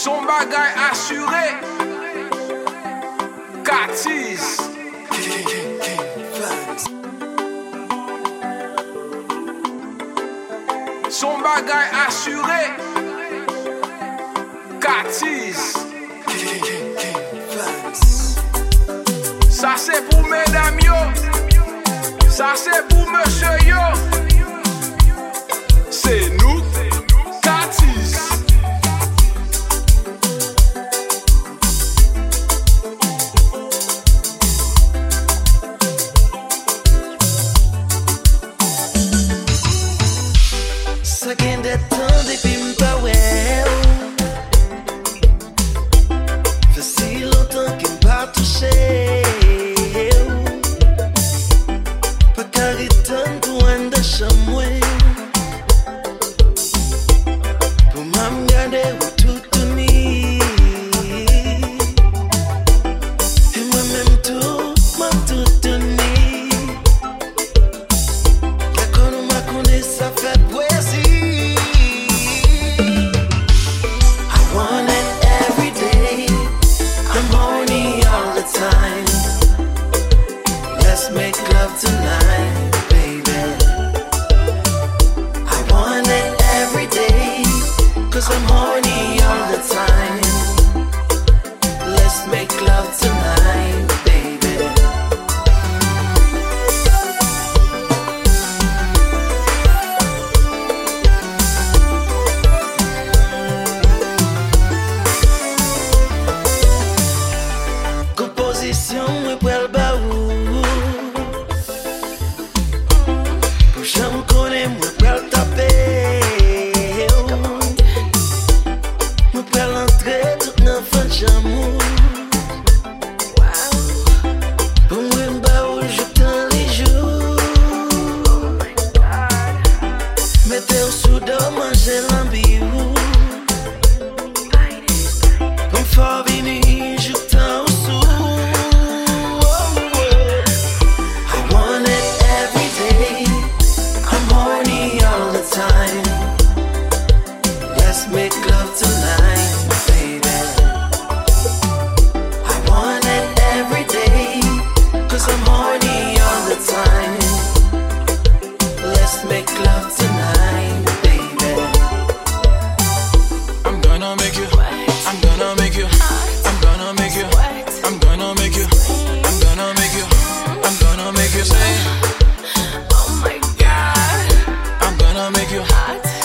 Son bagay assuré. Katiz. Son bagay assuré. Katiz. Ça c'est pour mesdames yo. Ça c'est pour monsieur yo. C'est nous, Katiz. Ça gagne des temps depuis m'pas ouais. Fait si longtemps qu'il m'pas touché. Pas carré tant pour un de chamoué. Pour m'garder ou tout uni. Et moi-même tout, m'a tout uni. D'accord, nous m'a connaît, ça fait poésie. I want it every day. I'm horny all the time. Let's make love tonight, baby. I want it every day. 'Cause I'm horny all the time. Let's make love tonight, baby. Composition et pour le baou. Pour j'aime connaître moi pour le taper. Moi pour l'entrer tout dans fin d'amour. Pour moi me baou je t'en les jours. Mettez au soudain manger l'ambiou. Comme fort vini je t'en au sou. I want it every day. I'm horny all the time. Let's make love tonight, baby. I want it every day. 'Cause I'm horny all the time. Let's make love tonight, baby. I'm gonna make you. I'm gonna make you. I'm gonna make you. I'm gonna make you. I'm gonna make you. I'm gonna make you say. Oh my God, I'm gonna make you. hot.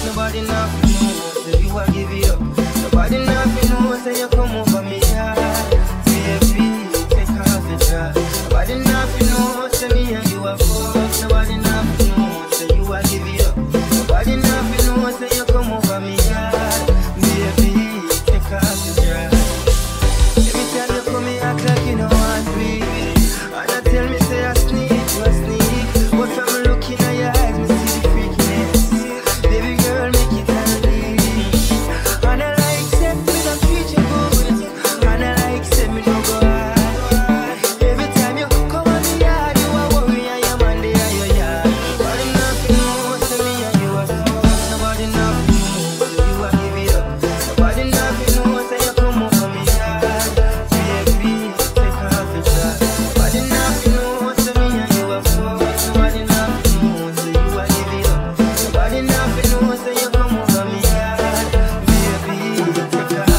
Nobody nothing knows, so you a give it up. Nobody nothing knows, so you come over me, yeah. Baby, take off the dress. Nobody nothing knows, so me and you are fucked. Nobody nothing knows, so you a give it up. Nobody nothing knows, so you come over me, yeah. Baby, take off the dress. Every time you come, me act like you know I'm free. And I tell me, say I sneak, you a sneak. But from looking at your eyes, me see the freakiness. Baby girl, make it unleash. And I like say me don't treat you good. And I like say me don't go hard. Every time you come on the yard, you a worry and your man they are your yard. Nobody nothing knows to me and you a fuck. Nobody nothing knows, so you a give it up. Nobody nothing knows, so you come over me yard. Baby, take off the dress. Nobody nothing knows to me and you a fuck. Nobody nothing knows, so you a give it up. Nobody nothing knows, so you come over me yard. Baby, take off the dress.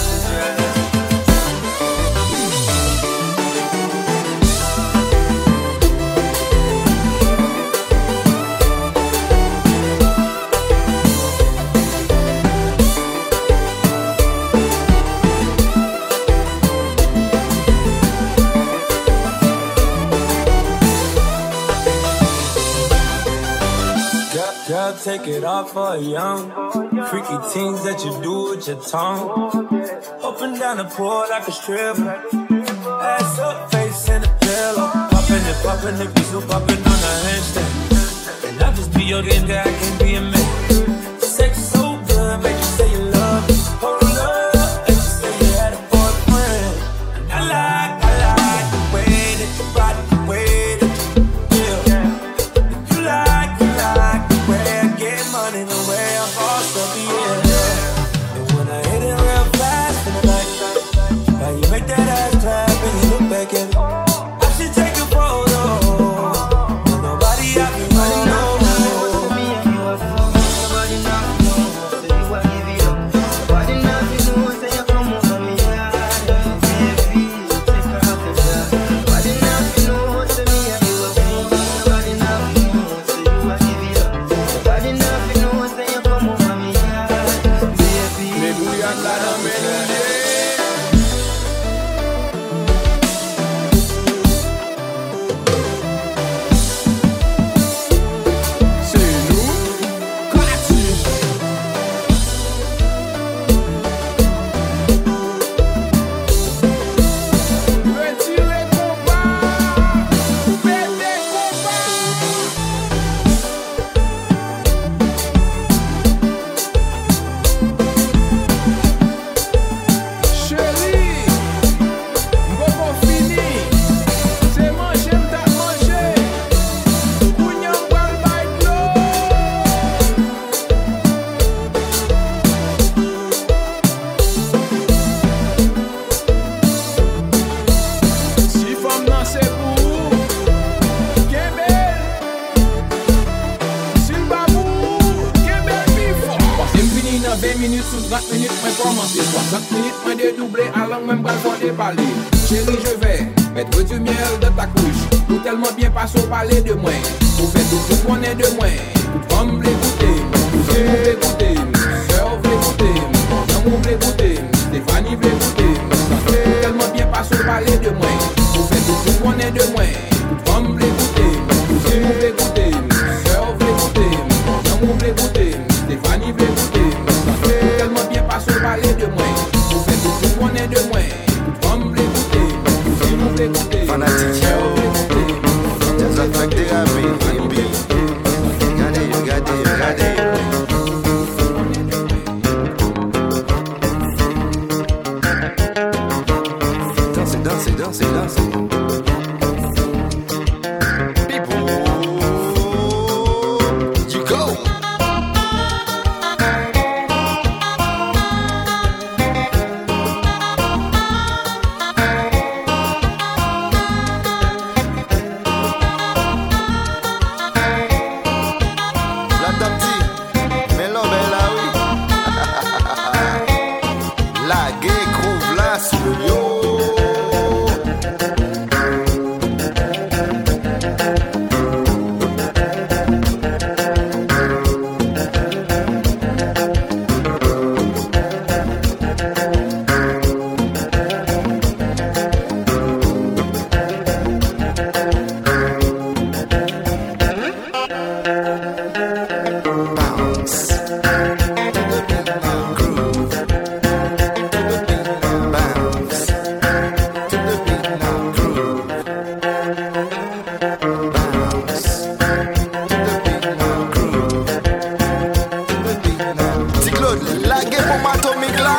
Girl, take it off for a young. Freaky things that you do with your tongue. Up and down the pool like a stripper. Ass up, face in the pillow. Poppin' the pistol, poppin' on the handstand. And I'll just be your game guy, I can't be a man. Sex so good, make you say you love me. Hold up, make you say you had a boyfriend. And I like the way that you ride it, the way that you feel. If you like the way I get money, the way I boss up, yeah. And when I hit it real fast in the night, how you make that ass clap and you look back at it. I should take a photo. Nobody out here Nobody know. knows to me and you a fuck. Nobody nothing knows, so you a give it up. Nobody nothing knows, so you come over me yard. Baby, take off the dress. Nobody nothing knows to me and you a fuck. Nobody nothing knows, so you a give it up. Nobody nothing knows, so you come over me yard. Baby, Chérie, je vais mettre du miel dans ta couche. Tout tellement bien passe au palais de moi. Pour faire tout ce qu'on est de moi. Toute femme voulait goûter, tout le monde voulait goûter. Sœur voulait goûter, maman voulait goûter. Stéphanie voulait goûter. Tout tellement bien passe au palais de moi. Pour faire tout ce qu'on est de moi. Toute femme voulait goûter, tout le monde voulait goûter. Sœur voulait goûter, maman voulait goûter. Stéphanie voulait goûter. Tout tellement bien passe au palais de moi. Pour faire tout ce qu'on est de moi. Fanatique, des affaires dérapées, baby. Regardez. Dansez. People, you go. Claude, la guerre pour m'atomique là.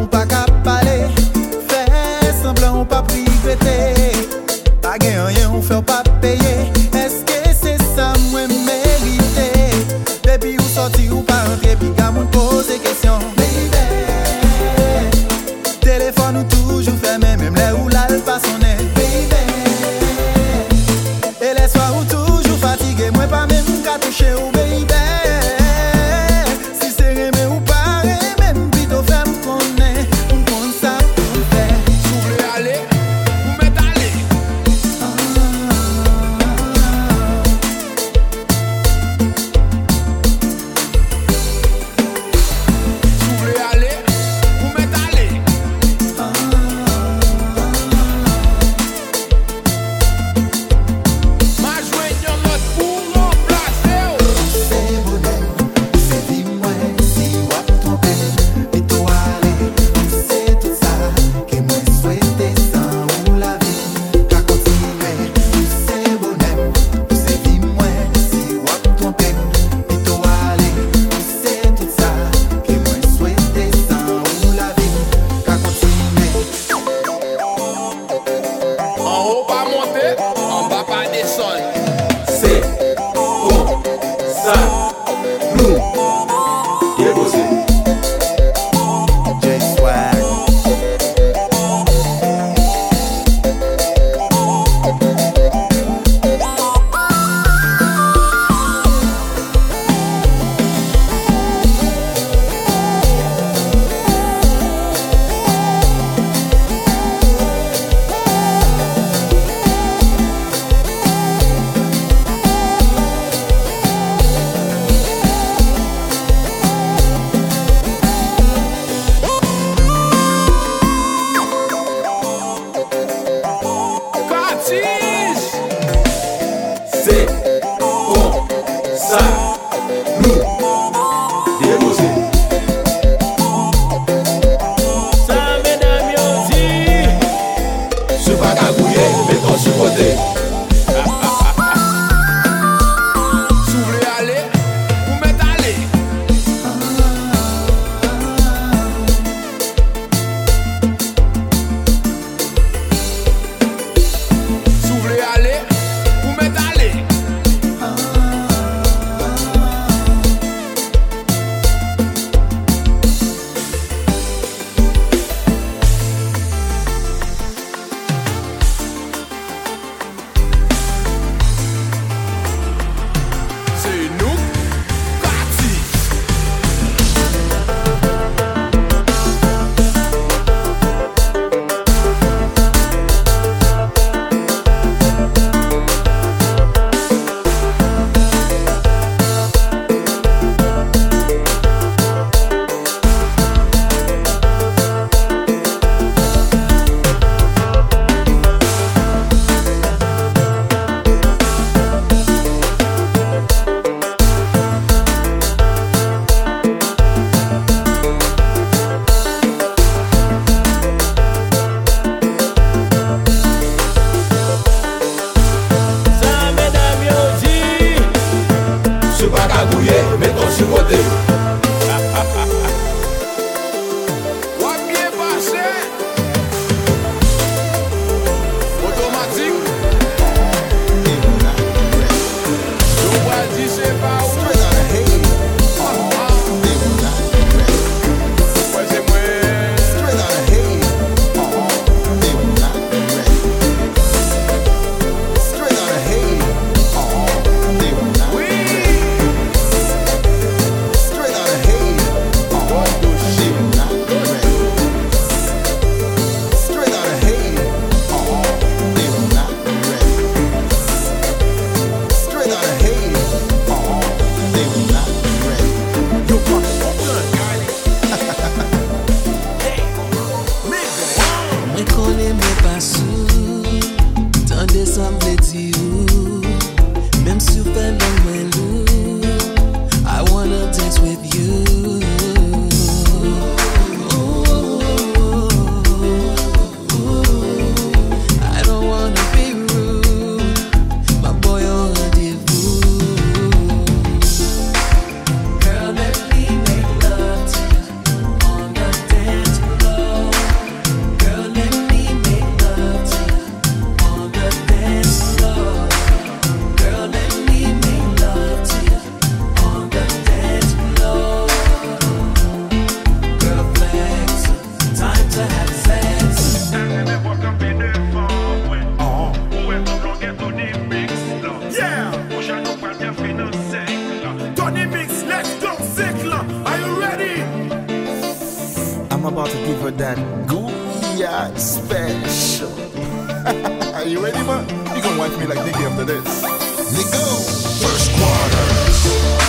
ou pas qu'à parler. Fais semblant ou pas regretter. Pas gagner rien ou faire pas payer. Est-ce que c'est ça moi mérité? Depuis ou sorti ou pas rentrer, puis qu'à moun pose question. Baby, téléphone ou toujours fermé, même là où l'al pas sonné. Baby, et les soirs ou toujours fatigué, moi pas même qu'à toucher ou baby. Si c'est remé ou pas remé, plutôt femme qu'on est. I'm about to give her that Gouya special. Are you ready, man? You gonna wife me like Nicky after this. Nico, first quarter.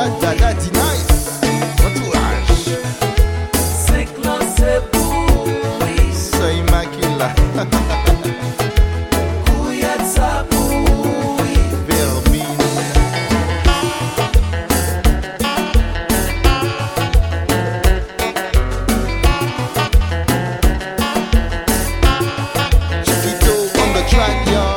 Daddy nice. Entourage. C'est clair, c'est beau, oui. So immaculate. Couillette, ça oui. Vermine. Chiquito on the track, y'all.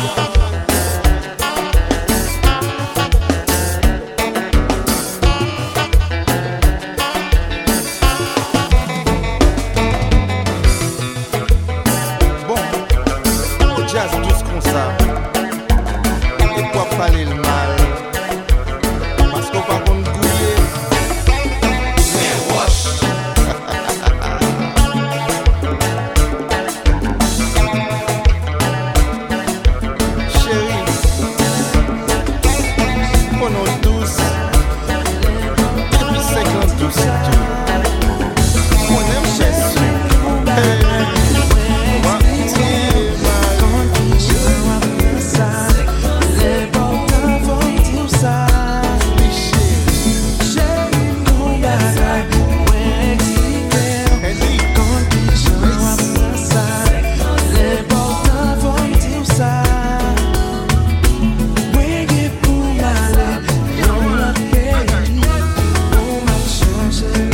Bon, au jazz tous comme ça. Et pour parler le mal. Parce qu'on pas qu'on gouiller. Chérie, prenons tous. Et puis 52 c'est tout. On aime Jésus. Hey. Changer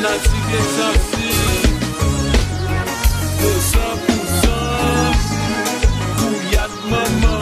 Nati exaucé 200% pour Yad Maman.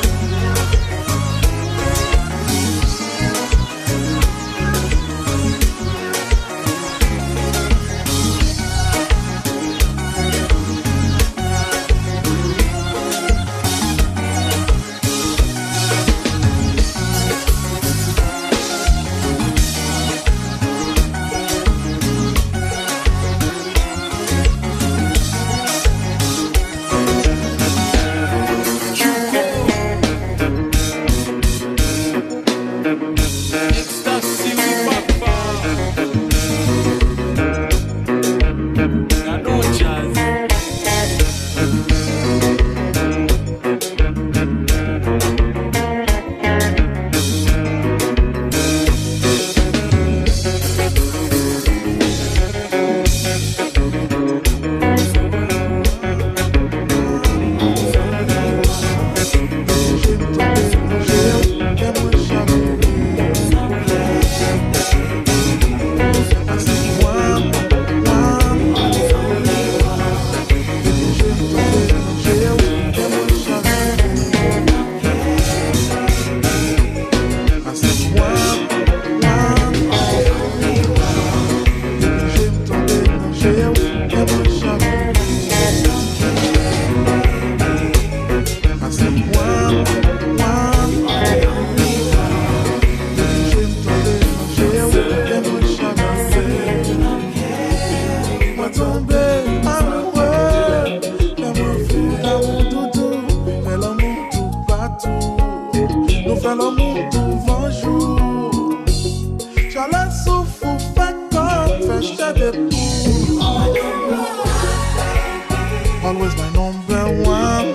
Always my number one.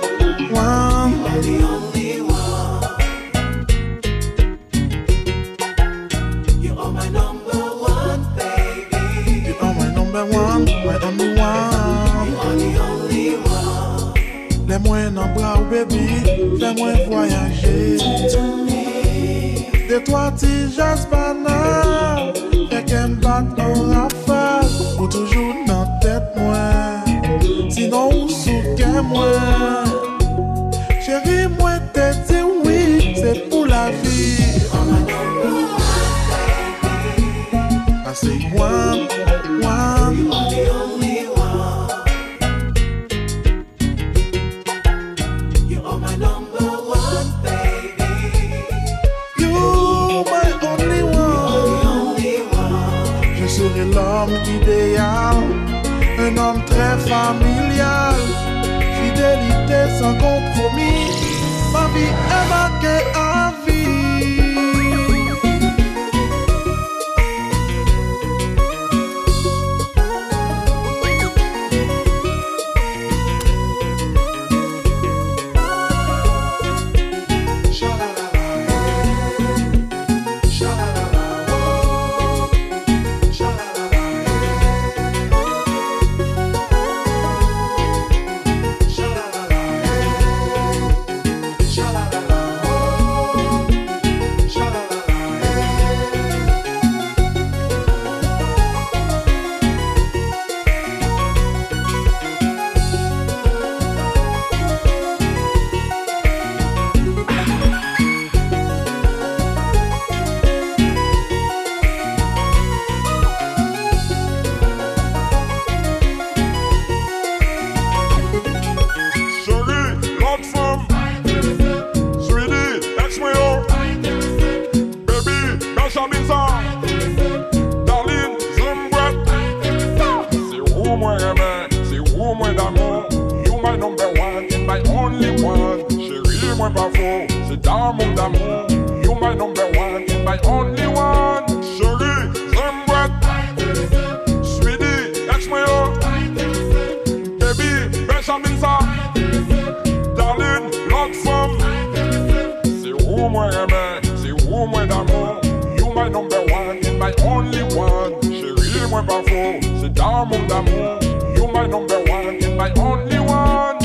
The only one. You are my number one, baby. You are my number one, my only one. You are the only one. Laisse-moi en bras, baby. Fais-moi voyager. De toi, tu jasses banal. Fait qu'elle me batte en rafale. Ou toujours dans tête, moi. Sinon, ou sous moi. Chérie, moi, t'es dit oui, c'est pour la vie. I say one. The only one. You are my number one, baby. You my only one. Je serai l'homme idéal, un homme très familial. Fidélité sans compromis, ma vie est marquée à vie. C'est dans mon d'amour, you my number one, my only one. Chérie, j'aime sweetie, laisse-moi baby, Benjamin ça. Darling, l'autre femme. C'est où moi aimer, c'est où moi d'amour. You my number one, my only one. Chérie, moi pas faux, c'est dans mon d'amour. You my number one, my only one.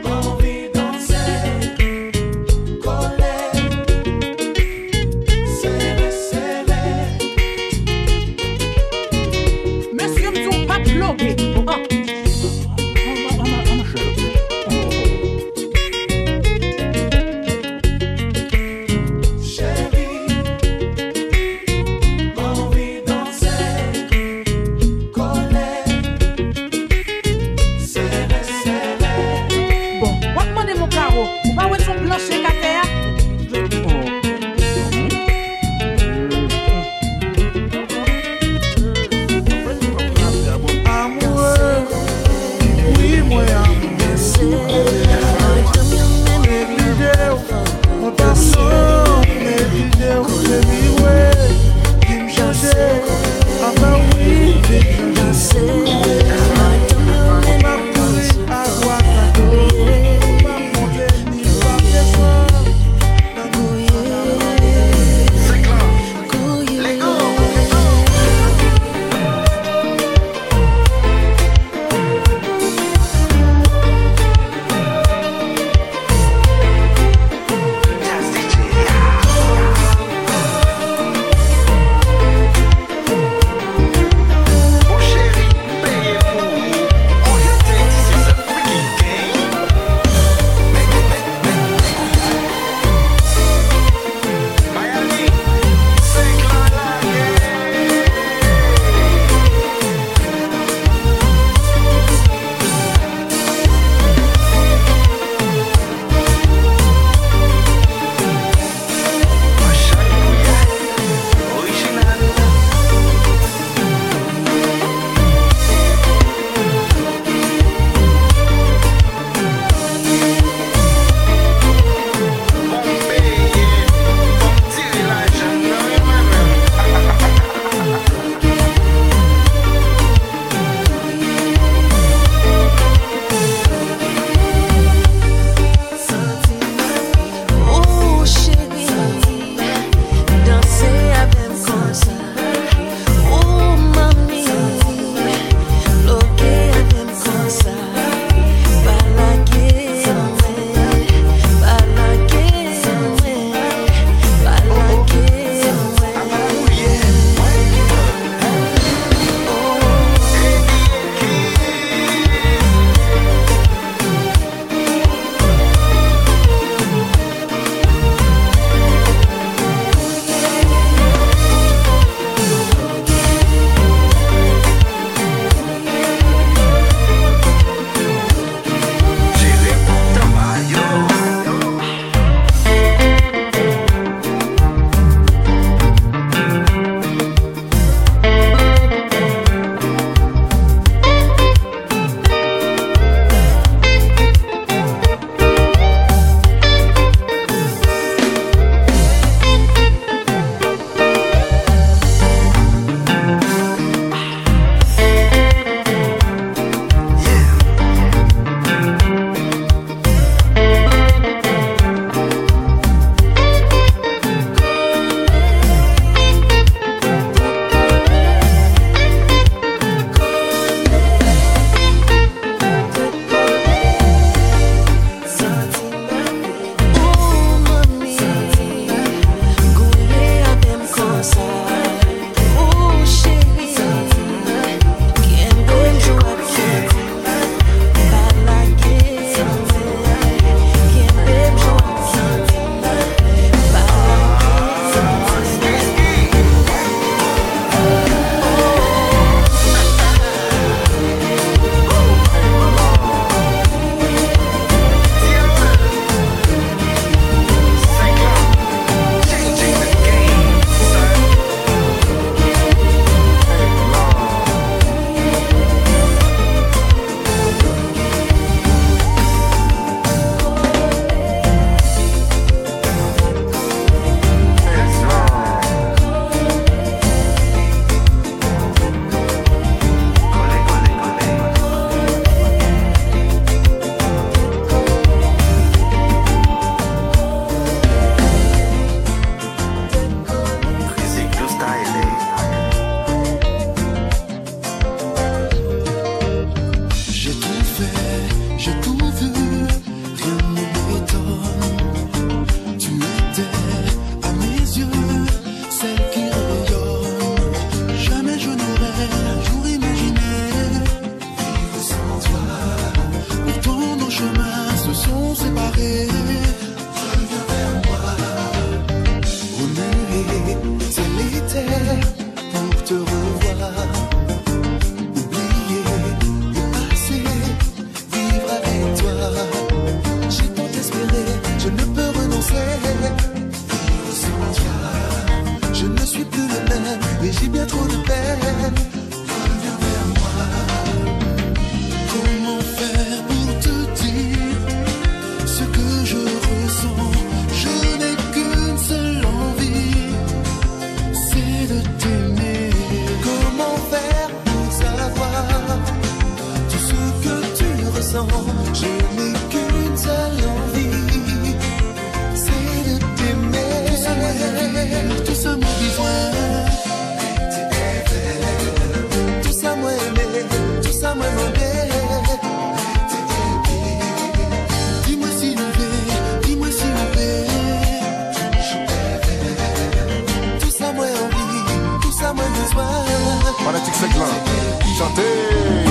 Say ça mon besoin. Tout ça moi aimé, tout ça moi demandé. Dis-moi s'il vous plaît, dis-moi s'il vous plaît. Tout ça moi envie, tout ça moi besoin. Fanatique Seglan, chantez.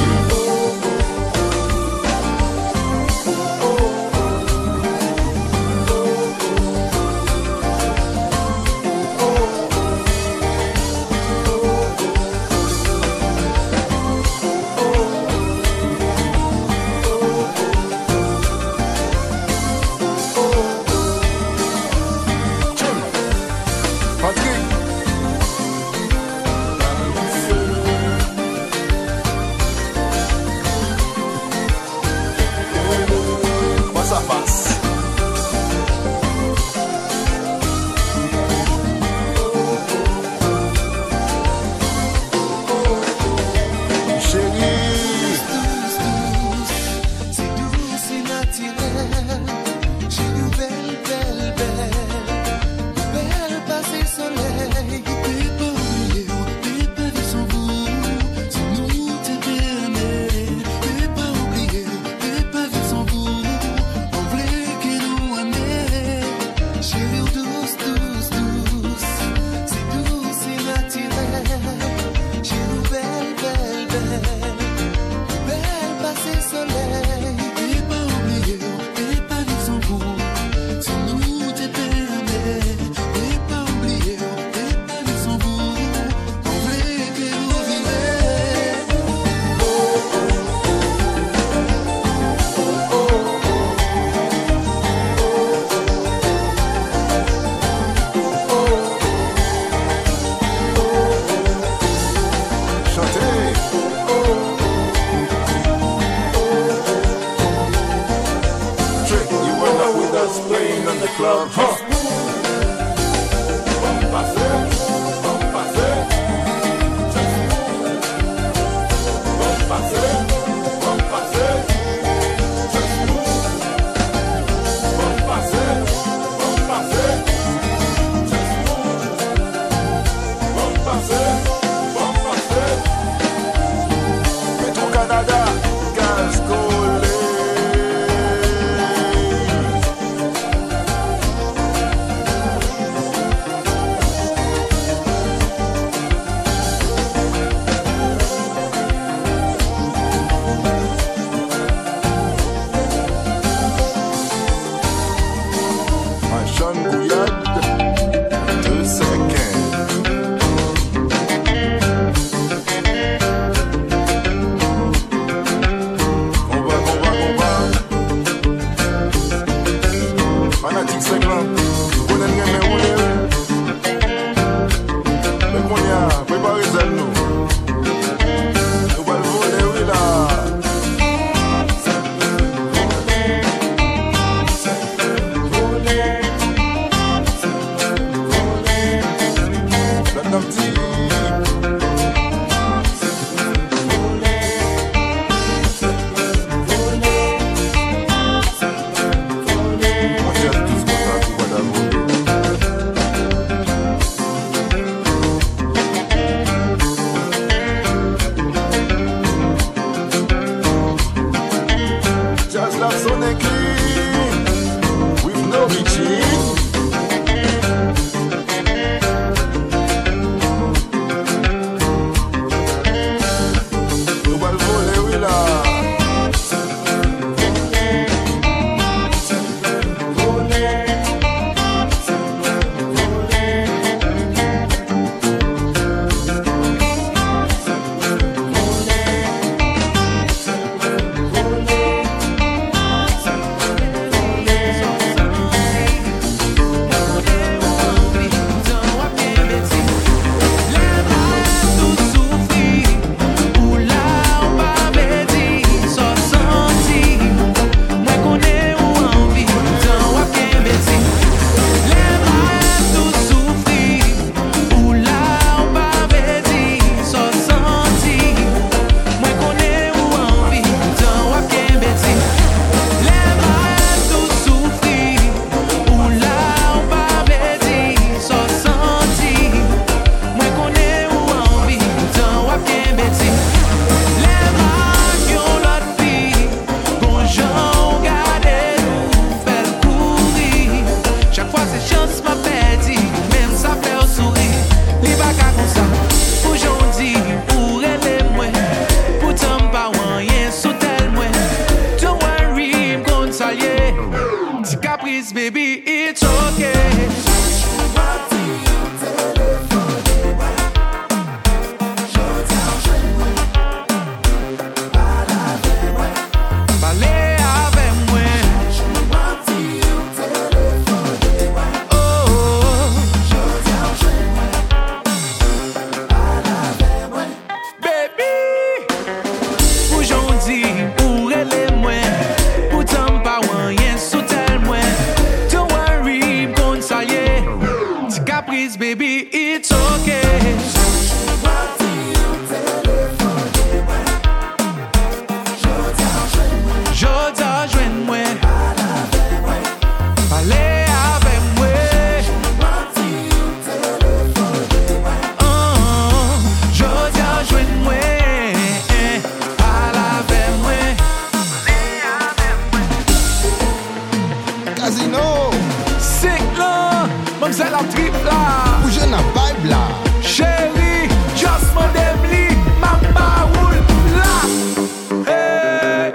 it's okay. Jodia jwen mwen, pale avem mwen. Jodia jwen mwen, pale avem mwen. Casino, Sik lan, mamzelle a trip la. bouge na vibe là. Chérie, just modem li, mamba roule la. Hey.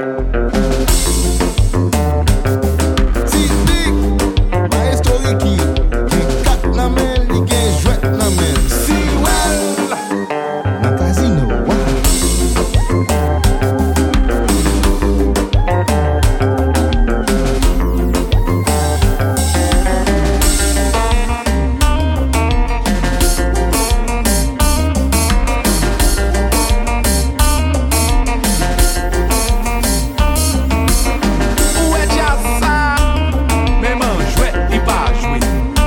Titik, maestro Ricky. Li kat nan men, li gen jwet nan men. Si well. Na casino, wow. Ou e jazz sa, men man jwè, li pa jwè.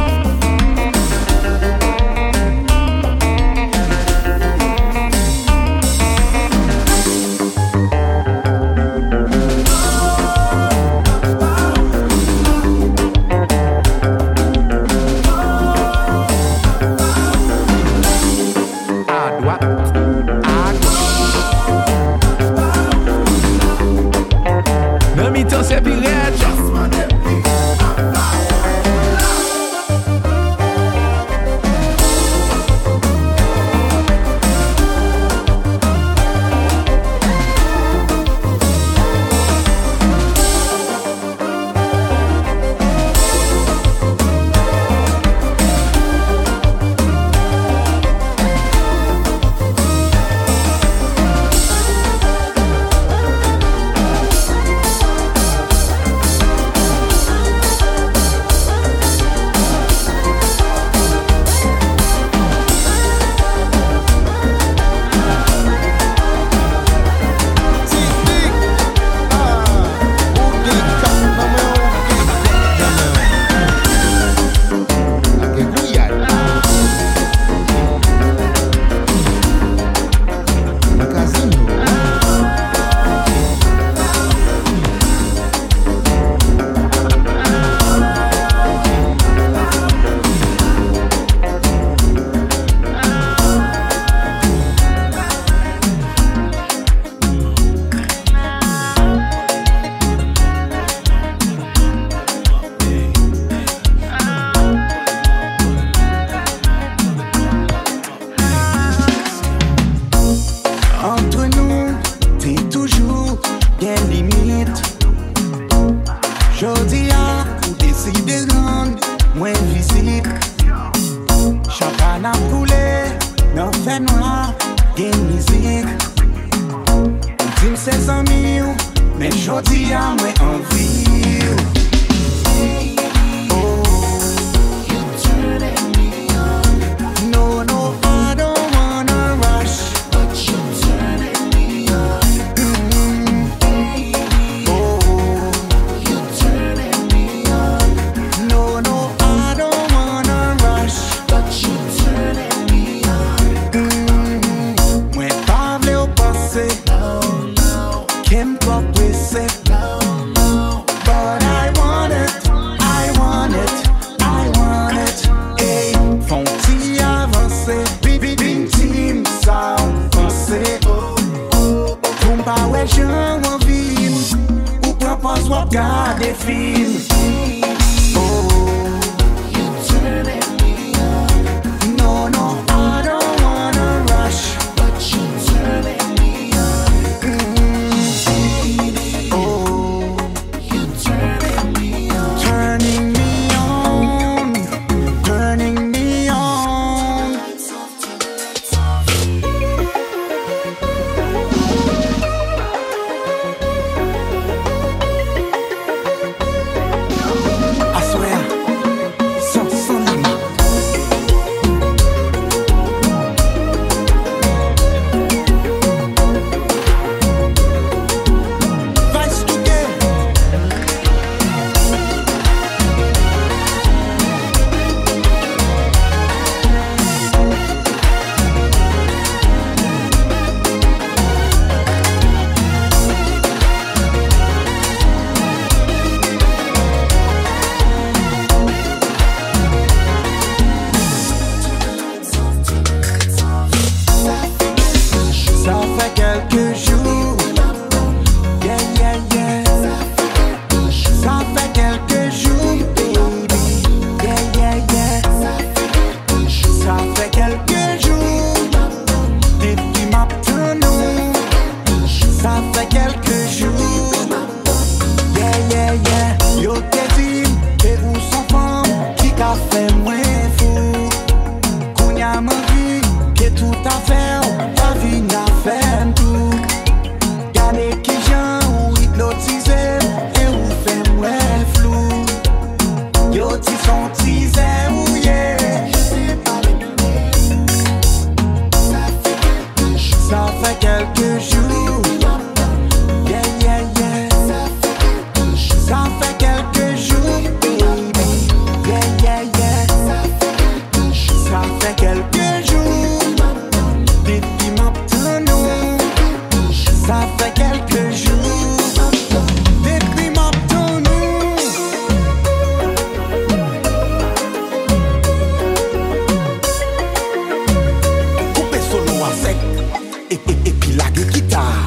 À droite, à gauche. Nan mi tan se piret, just modem li. Titik, ou gen kat nan men, ou gen jwet nan men. La gen kouyad. Na casino. Entre nous, t'es toujours bien limite. Jodi a, ou décide rendre moins visite. Champagne a coulé, nan fait noir, gen musique. Dim ses amis, mais jodi a moins envie. No, no, I don't wanna rush. No, no, I don't wanna rush. Mwen pa vle ou pase, kem pa presse. But I want it, I want it, I want it. Hey, fon ti avanse, bin tim sa ou panse. Pou mpa we jan wan vin, ou propos wap gade film. No, no, I don't wanna rush. Turning me on, turning me on. fait quelques jours depuis maintenant. Ça fait quelques jours depuis maintenant. Coupé solo à sec et puis la guitare.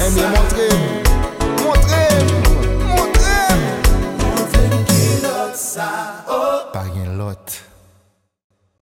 aime bien montrer